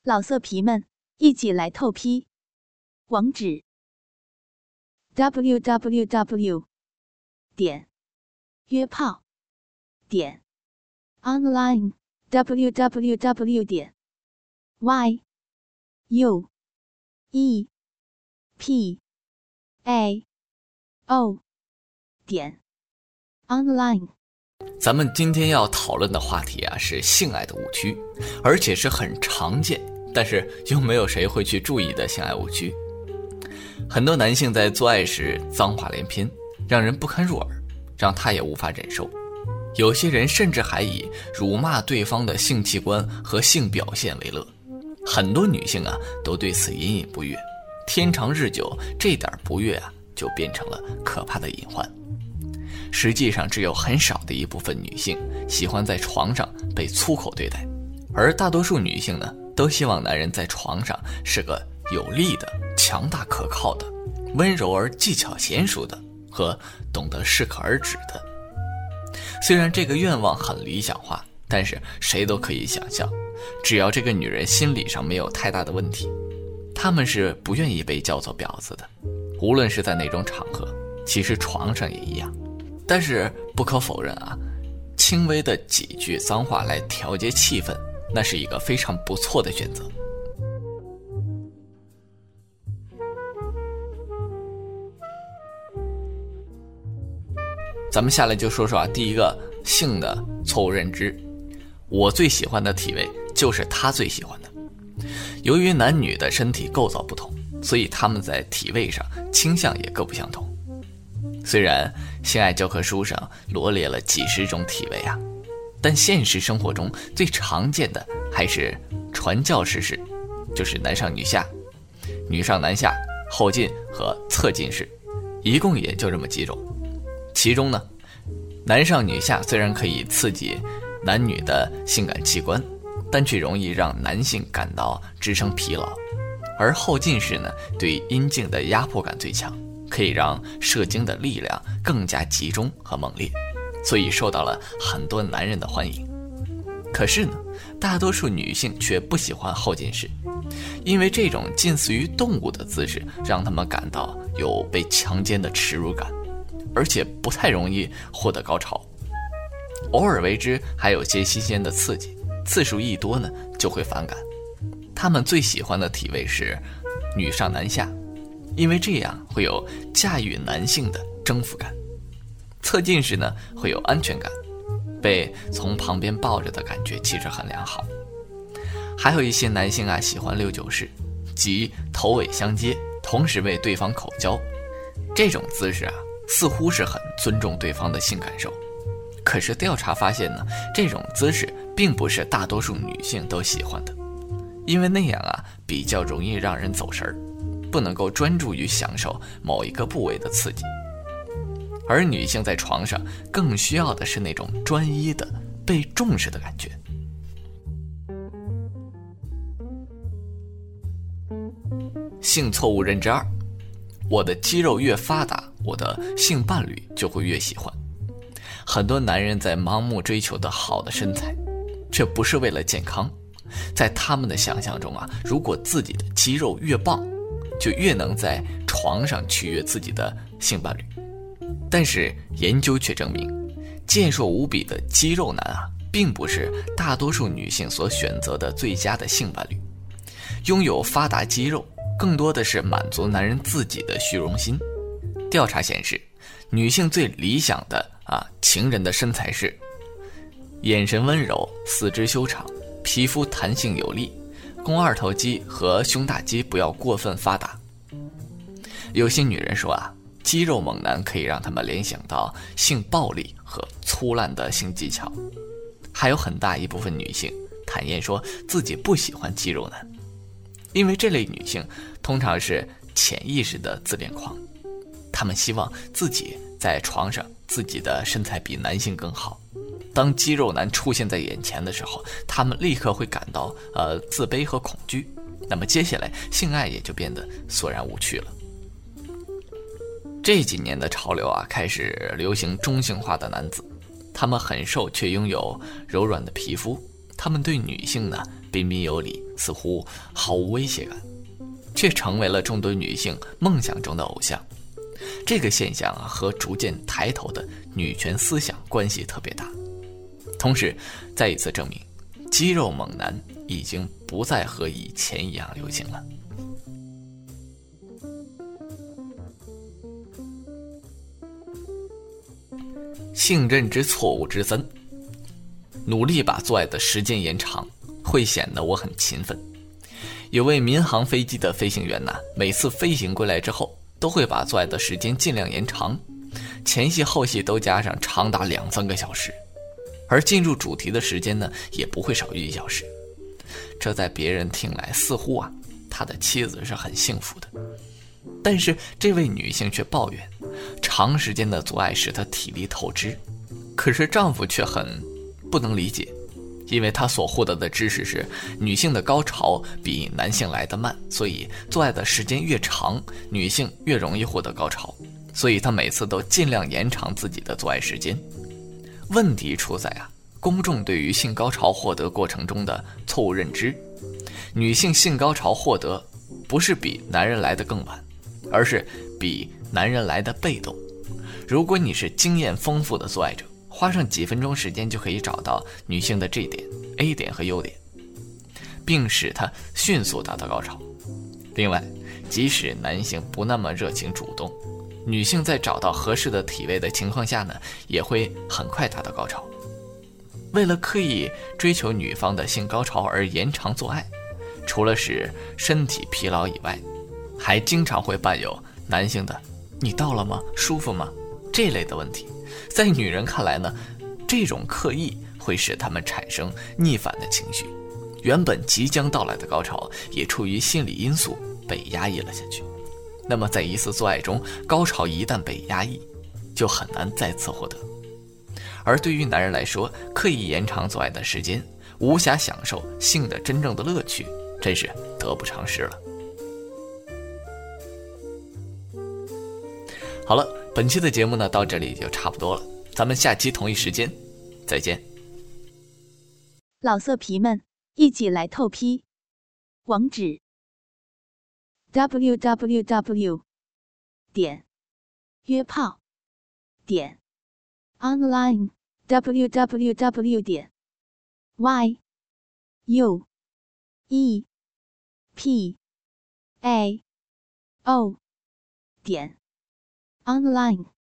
老色皮们，一起来透批！网址 www.约炮online www.yuepao.online。 咱们今天要讨论的话题啊，是性爱的误区，而且是很常见，但是又没有谁会去注意的性爱误区。很多男性在做爱时脏话连篇，让人不堪入耳，让他也无法忍受。有些人甚至还以辱骂对方的性器官和性表现为乐。很多女性啊，都对此隐隐不悦，天长日久，这点不悦啊，就变成了可怕的隐患。实际上，只有很少的一部分女性喜欢在床上被粗口对待，而大多数女性呢，都希望男人在床上是个有力的、强大可靠的、温柔而技巧娴熟的和懂得适可而止的。虽然这个愿望很理想化，但是谁都可以想象，只要这个女人心理上没有太大的问题，她们是不愿意被叫做婊子的，无论是在哪种场合，其实床上也一样。但是不可否认啊，轻微的几句脏话来调节气氛，那是一个非常不错的选择。咱们下来就说说啊，第一个性的错误认知。我最喜欢的体位就是他最喜欢的。由于男女的身体构造不同，所以他们在体位上倾向也各不相同。虽然性爱教科书上罗列了几十种体位啊，但现实生活中最常见的还是传教士式，就是男上女下、女上男下、后进和侧进式，一共也就这么几种。其中呢，男上女下虽然可以刺激男女的性感器官，但却容易让男性感到支撑疲劳，而后进式呢，对阴茎的压迫感最强，可以让射精的力量更加集中和猛烈，所以受到了很多男人的欢迎。可是呢，大多数女性却不喜欢后进式，因为这种近似于动物的姿势让他们感到有被强奸的耻辱感，而且不太容易获得高潮。偶尔为之还有些新鲜的刺激，次数一多呢，就会反感。他们最喜欢的体位是女上男下，因为这样会有驾驭男性的征服感。侧进式呢，会有安全感，被从旁边抱着的感觉其实很良好。还有一些男性啊，喜欢69式，即头尾相接，同时为对方口交。这种姿势啊，似乎是很尊重对方的性感受。可是调查发现呢，这种姿势并不是大多数女性都喜欢的，因为那样啊，比较容易让人走神儿，不能够专注于享受某一个部位的刺激。而女性在床上更需要的是那种专一的被重视的感觉。性错误认知2，我的肌肉越发达，我的性伴侣就会越喜欢。很多男人在盲目追求的好的身材，却不是为了健康。在他们的想象中啊，如果自己的肌肉越棒，就越能在床上取悦自己的性伴侣。但是研究却证明，健硕无比的肌肉男啊，并不是大多数女性所选择的最佳的性伴侣。拥有发达肌肉更多的是满足男人自己的虚荣心。调查显示，女性最理想的情人的身材是眼神温柔、四肢修长、皮肤弹性有力，肱二头肌和胸大肌不要过分发达。有些女人说啊，肌肉猛男可以让他们联想到性暴力和粗烂的性技巧。还有很大一部分女性坦言说自己不喜欢肌肉男，因为这类女性通常是潜意识的自恋狂，她们希望自己在床上自己的身材比男性更好。当肌肉男出现在眼前的时候，他们立刻会感到自卑和恐惧，那么接下来性爱也就变得索然无趣了。这几年的潮流啊，开始流行中性化的男子，他们很瘦却拥有柔软的皮肤，他们对女性呢彬彬有礼， 似乎毫无威胁感，却成为了众多女性梦想中的偶像。这个现象和逐渐抬头的女权思想关系特别大，同时再一次证明肌肉猛男已经不再和以前一样流行了。性认知错误之3，努力把做爱的时间延长，会显得我很勤奋。有位民航飞机的飞行员每次飞行归来之后，都会把做爱的时间尽量延长，前戏后戏都加上长达2-3个小时，而进入主题的时间也不会少于1小时。这在别人听来似乎他的妻子是很幸福的，但是这位女性却抱怨长时间的做爱使她体力透支。可是丈夫却很不能理解，因为他所获得的知识是女性的高潮比男性来得慢，所以做爱的时间越长，女性越容易获得高潮，所以他每次都尽量延长自己的做爱时间。问题出在公众对于性高潮获得过程中的错误认知。女性性高潮获得不是比男人来得更晚，而是比男人来得被动。如果你是经验丰富的做爱者，花上几分钟时间就可以找到女性的 G 点、A 点和优点，并使她迅速达到高潮。另外，即使男性不那么热情主动，女性在找到合适的体位的情况下也会很快达到高潮。为了刻意追求女方的性高潮而延长做爱，除了使身体疲劳以外，还经常会伴有男性的你到了吗？舒服吗？这类的问题。在女人看来这种刻意会使他们产生逆反的情绪，原本即将到来的高潮也出于心理因素被压抑了下去。那么在一次做爱中，高潮一旦被压抑，就很难再次获得。而对于男人来说，刻意延长做爱的时间，无暇享受性的真正的乐趣，真是得不偿失了。好了，本期的节目到这里就差不多了，咱们下期同一时间再见。 老色皮们，一起来透批！网址 www.约炮.online www.yuepao.online